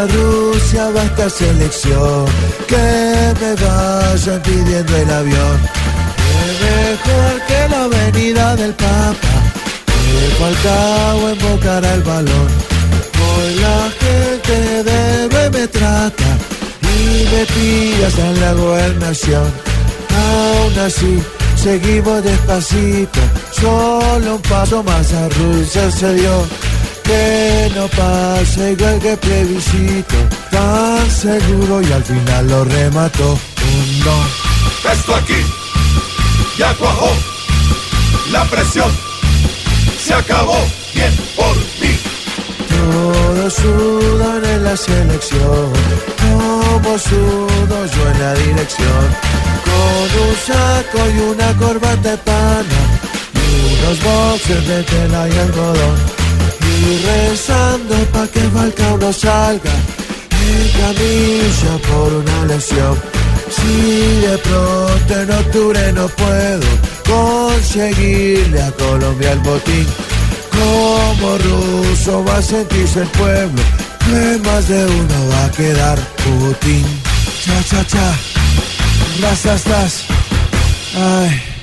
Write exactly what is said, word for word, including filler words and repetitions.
a Rusia va esta selección, que me vayan pidiendo el avión. Es mejor que la venida del Papa, que Falcao embocará el balón. Hoy la gente debe me trata y me pillas en la gobernación. Aún así seguimos despacito, solo un paso más a Rusia se dio. Que no pase igual que plebiscito, tan seguro y al final lo remató un no. Esto aquí ya cuajó, la presión se acabó, bien por mí. Todos sudan en la selección, como sudo yo en la dirección. Con un saco y una corbata de pana, y unos boxers de tela y algodón. Y rezando pa' que Falcao no salga en camilla por una lesión. Si de pronto en octubre no puedo conseguirle a Colombia el botín, como ruso va a sentirse el pueblo, que más de uno va a quedar Putin. Cha, cha, cha, ras, ras, ras. Ay.